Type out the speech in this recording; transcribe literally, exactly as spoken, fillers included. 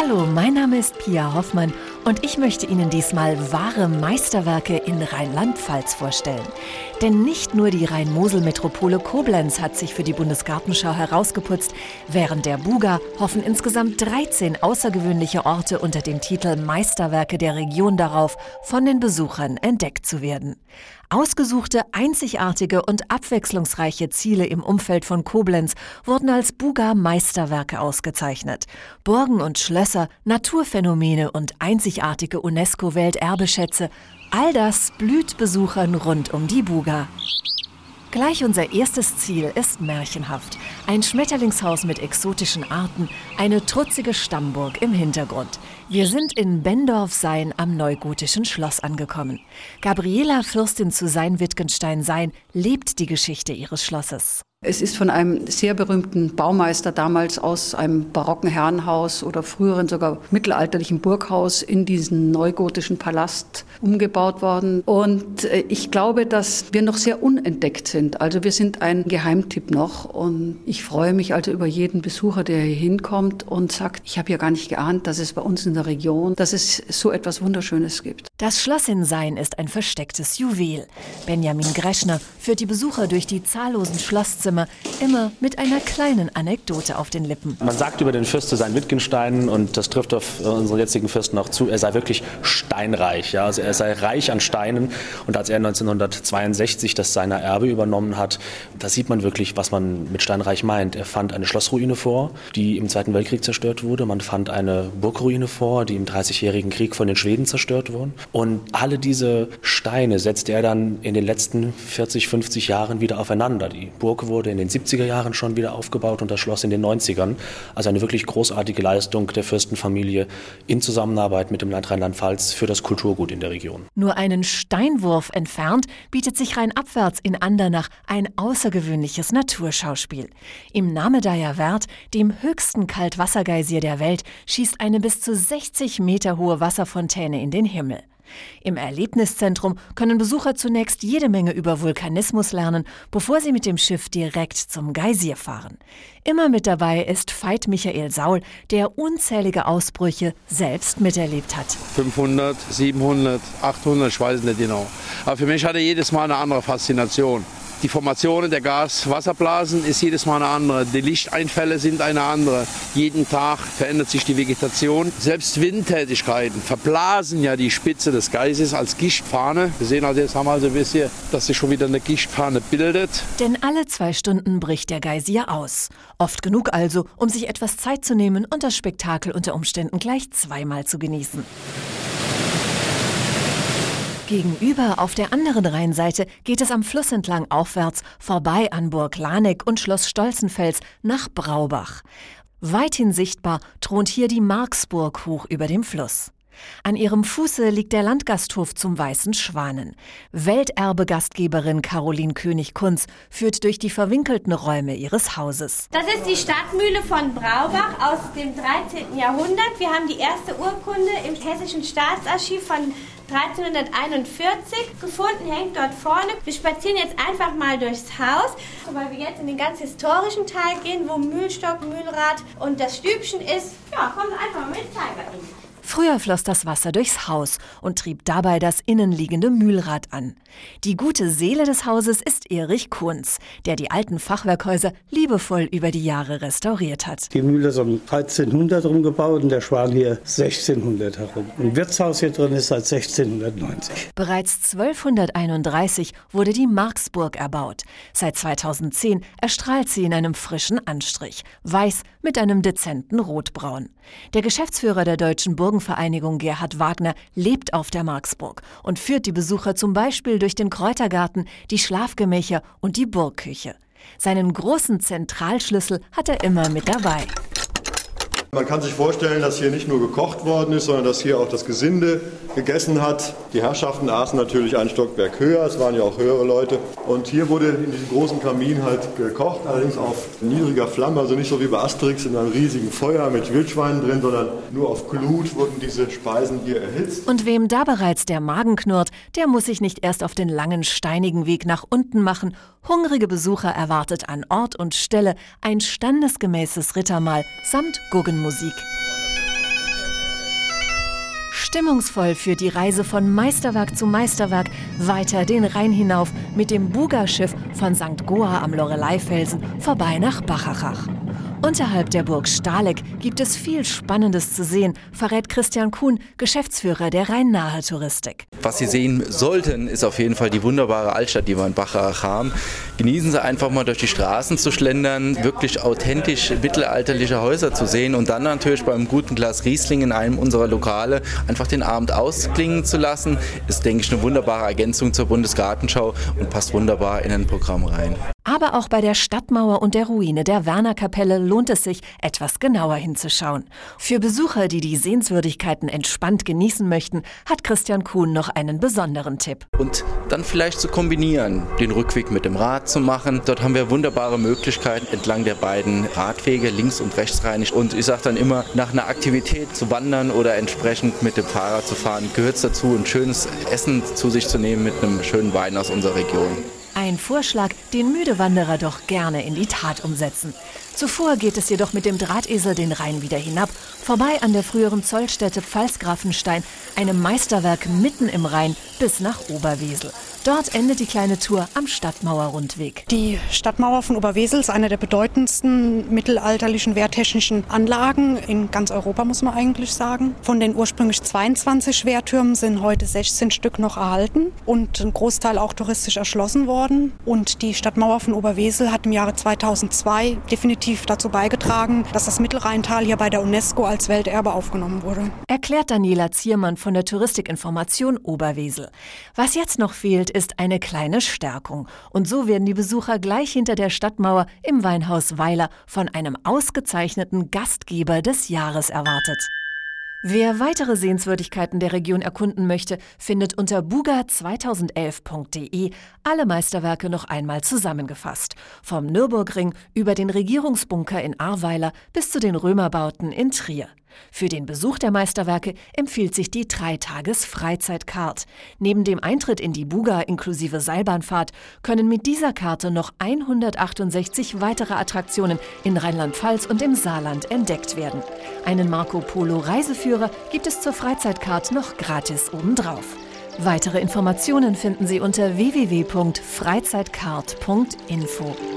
Hallo, mein Name ist Pia Hoffmann und ich möchte Ihnen diesmal wahre Meisterwerke in Rheinland-Pfalz vorstellen. Denn nicht nur die Rhein-Mosel-Metropole Koblenz hat sich für die Bundesgartenschau herausgeputzt. Während der Buga hoffen insgesamt dreizehn außergewöhnliche Orte unter dem Titel Meisterwerke der Region darauf, von den Besuchern entdeckt zu werden. Ausgesuchte, einzigartige und abwechslungsreiche Ziele im Umfeld von Koblenz wurden als Buga-Meisterwerke ausgezeichnet. Burgen und Schlösser, Naturphänomene und einzigartige UNESCO-Welterbeschätze, all das blüht Besuchern rund um die Buga. Gleich unser erstes Ziel ist märchenhaft. Ein Schmetterlingshaus mit exotischen Arten, eine trutzige Stammburg im Hintergrund. Wir sind in Bendorf-Sayn am neugotischen Schloss angekommen. Gabriela, Fürstin zu Sayn-Wittgenstein-Sayn, lebt die Geschichte ihres Schlosses. Es ist von einem sehr berühmten Baumeister damals aus einem barocken Herrenhaus oder früheren sogar mittelalterlichen Burghaus in diesen neugotischen Palast umgebaut worden. Und ich glaube, dass wir noch sehr unentdeckt sind. Also wir sind ein Geheimtipp noch. Und ich freue mich also über jeden Besucher, der hier hinkommt und sagt, ich habe ja gar nicht geahnt, dass es bei uns in der Region, dass es so etwas Wunderschönes gibt. Das Schloss in Sayn ist ein verstecktes Juwel. Benjamin Greschner führt die Besucher durch die zahllosen Schlosszimmer, immer mit einer kleinen Anekdote auf den Lippen. Man sagt über den Fürst zu Sayn-Wittgenstein, und das trifft auf unsere jetzigen Fürsten auch zu, er sei wirklich steinreich. Ja? Also er sei reich an Steinen. Und als er neunzehnhundertzweiundsechzig das seiner Erbe übernommen hat, da sieht man wirklich, was man mit steinreich meint. Er fand eine Schlossruine vor, die im Zweiten Weltkrieg zerstört wurde. Man fand eine Burgruine vor, die im Dreißigjährigen Krieg von den Schweden zerstört wurde. Und alle diese Steine setzte er dann in den letzten vierzig, fünfzig Jahren wieder aufeinander. Die Burg wurde in den siebziger Jahren schon wieder aufgebaut und das Schloss in den neunzigern. Also eine wirklich großartige Leistung der Fürstenfamilie in Zusammenarbeit mit dem Land Rheinland-Pfalz für das Kulturgut in der Region. Nur einen Steinwurf entfernt bietet sich rheinabwärts in Andernach ein außergewöhnliches Naturschauspiel. Im Namedayer Wert, dem höchsten Kaltwassergeysir der Welt, schießt eine bis zu sechzig Meter hohe Wasserfontäne in den Himmel. Im Erlebniszentrum können Besucher zunächst jede Menge über Vulkanismus lernen, bevor sie mit dem Schiff direkt zum Geysir fahren. Immer mit dabei ist Veit Michael Saul, der unzählige Ausbrüche selbst miterlebt hat. fünfhundert, siebenhundert, achthundert, ich weiß es nicht genau. Aber für mich hat er jedes Mal eine andere Faszination. Die Formationen der Gas-Wasserblasen ist jedes Mal eine andere. Die Lichteinfälle sind eine andere. Jeden Tag verändert sich die Vegetation. Selbst Windtätigkeiten verblasen ja die Spitze des Geises als Gischtfahne. Wir sehen also jetzt haben wir also ein bisschen, dass sich schon wieder eine Gischtfahne bildet. Denn alle zwei Stunden bricht der Geysir aus. Oft genug also, um sich etwas Zeit zu nehmen und das Spektakel unter Umständen gleich zweimal zu genießen. Gegenüber auf der anderen Rheinseite geht es am Fluss entlang aufwärts, vorbei an Burg Laneck und Schloss Stolzenfels nach Braubach. Weithin sichtbar thront hier die Marksburg hoch über dem Fluss. An ihrem Fuße liegt der Landgasthof zum Weißen Schwanen. Welterbe-Gastgeberin Caroline König-Kunz führt durch die verwinkelten Räume ihres Hauses. Das ist die Stadtmühle von Braubach aus dem dreizehnten Jahrhundert. Wir haben die erste Urkunde im Hessischen Staatsarchiv von dreizehnhunderteinundvierzig gefunden, hängt dort vorne. Wir spazieren jetzt einfach mal durchs Haus, weil wir jetzt in den ganz historischen Teil gehen, wo Mühlstock, Mühlrad und das Stübchen ist. Ja, kommen Sie einfach mal mit, zeigen wir Ihnen. Früher floss das Wasser durchs Haus und trieb dabei das innenliegende Mühlrad an. Die gute Seele des Hauses ist Erich Kunz, der die alten Fachwerkhäuser liebevoll über die Jahre restauriert hat. Die Mühle ist um dreizehnhundert rumgebaut und der Schwan hier sechzehnhundert herum. Ein Wirtshaus hier drin ist seit sechzehnhundertneunzig. Bereits zwölfhunderteinunddreißig wurde die Marksburg erbaut. Seit zweitausendzehn erstrahlt sie in einem frischen Anstrich, weiß mit einem dezenten Rotbraun. Der Geschäftsführer der Deutschen Burgenvereinigung Gerhard Wagner lebt auf der Marksburg und führt die Besucher zum Beispiel durch den Kräutergarten, die Schlafgemächer und die Burgküche. Seinen großen Zentralschlüssel hat er immer mit dabei. Man kann sich vorstellen, dass hier nicht nur gekocht worden ist, sondern dass hier auch das Gesinde gegessen hat. Die Herrschaften aßen natürlich ein Stockwerk höher, es waren ja auch höhere Leute. Und hier wurde in diesem großen Kamin halt gekocht, allerdings auf niedriger Flamme, also nicht so wie bei Asterix in einem riesigen Feuer mit Wildschweinen drin, sondern nur auf Glut wurden diese Speisen hier erhitzt. Und wem da bereits der Magen knurrt, der muss sich nicht erst auf den langen, steinigen Weg nach unten machen. Hungrige Besucher erwartet an Ort und Stelle ein standesgemäßes Rittermahl samt Guggenmusik. Stimmungsvoll führt die Reise von Meisterwerk zu Meisterwerk weiter den Rhein hinauf mit dem Buga-Schiff von Sankt Goar am Loreleifelsen vorbei nach Bachachach. Unterhalb der Burg Stahleck gibt es viel Spannendes zu sehen, verrät Christian Kuhn, Geschäftsführer der Rhein-Nahe Touristik. Was Sie sehen sollten, ist auf jeden Fall die wunderbare Altstadt, die wir in Bachachach haben. Genießen Sie einfach mal durch die Straßen zu schlendern, wirklich authentisch mittelalterliche Häuser zu sehen und dann natürlich beim guten Glas Riesling in einem unserer Lokale einfach den Abend ausklingen zu lassen. Ist, denke ich, eine wunderbare Ergänzung zur Bundesgartenschau und passt wunderbar in ein Programm rein. Aber auch bei der Stadtmauer und der Ruine der Wernerkapelle lohnt es sich, etwas genauer hinzuschauen. Für Besucher, die die Sehenswürdigkeiten entspannt genießen möchten, hat Christian Kuhn noch einen besonderen Tipp. Und dann vielleicht zu kombinieren, den Rückweg mit dem Rad zu machen. Dort haben wir wunderbare Möglichkeiten entlang der beiden Radwege, links- und rechtsrheinig. Und ich sage dann immer, nach einer Aktivität zu wandern oder entsprechend mit dem Fahrrad zu fahren, gehört es dazu, ein schönes Essen zu sich zu nehmen mit einem schönen Wein aus unserer Region. Ein Vorschlag, den müde Wanderer doch gerne in die Tat umsetzen. Zuvor geht es jedoch mit dem Drahtesel den Rhein wieder hinab, vorbei an der früheren Zollstätte Pfalzgrafenstein, einem Meisterwerk mitten im Rhein, bis nach Oberwesel. Dort endet die kleine Tour am Stadtmauer-Rundweg. Die Stadtmauer von Oberwesel ist eine der bedeutendsten mittelalterlichen wehrtechnischen Anlagen in ganz Europa, muss man eigentlich sagen. Von den ursprünglich zweiundzwanzig Wehrtürmen sind heute sechzehn Stück noch erhalten und ein Großteil auch touristisch erschlossen worden. Und die Stadtmauer von Oberwesel hat im Jahre zweitausendzwei definitiv dazu beigetragen, dass das Mittelrheintal hier bei der UNESCO als Welterbe aufgenommen wurde. Erklärt Daniela Ziermann von der Touristikinformation Oberwesel. Was jetzt noch fehlt, ist eine kleine Stärkung. Und so werden die Besucher gleich hinter der Stadtmauer im Weinhaus Weiler von einem ausgezeichneten Gastgeber des Jahres erwartet. Wer weitere Sehenswürdigkeiten der Region erkunden möchte, findet unter buga zweitausendelf punkt de alle Meisterwerke noch einmal zusammengefasst. Vom Nürburgring über den Regierungsbunker in Ahrweiler bis zu den Römerbauten in Trier. Für den Besuch der Meisterwerke empfiehlt sich die Dreitages-Freizeitkarte. Neben dem Eintritt in die Buga inklusive Seilbahnfahrt können mit dieser Karte noch hundertachtundsechzig weitere Attraktionen in Rheinland-Pfalz und im Saarland entdeckt werden. Einen Marco Polo Reiseführer gibt es zur Freizeitkarte noch gratis obendrauf. Weitere Informationen finden Sie unter w w w punkt freizeitkart punkt info.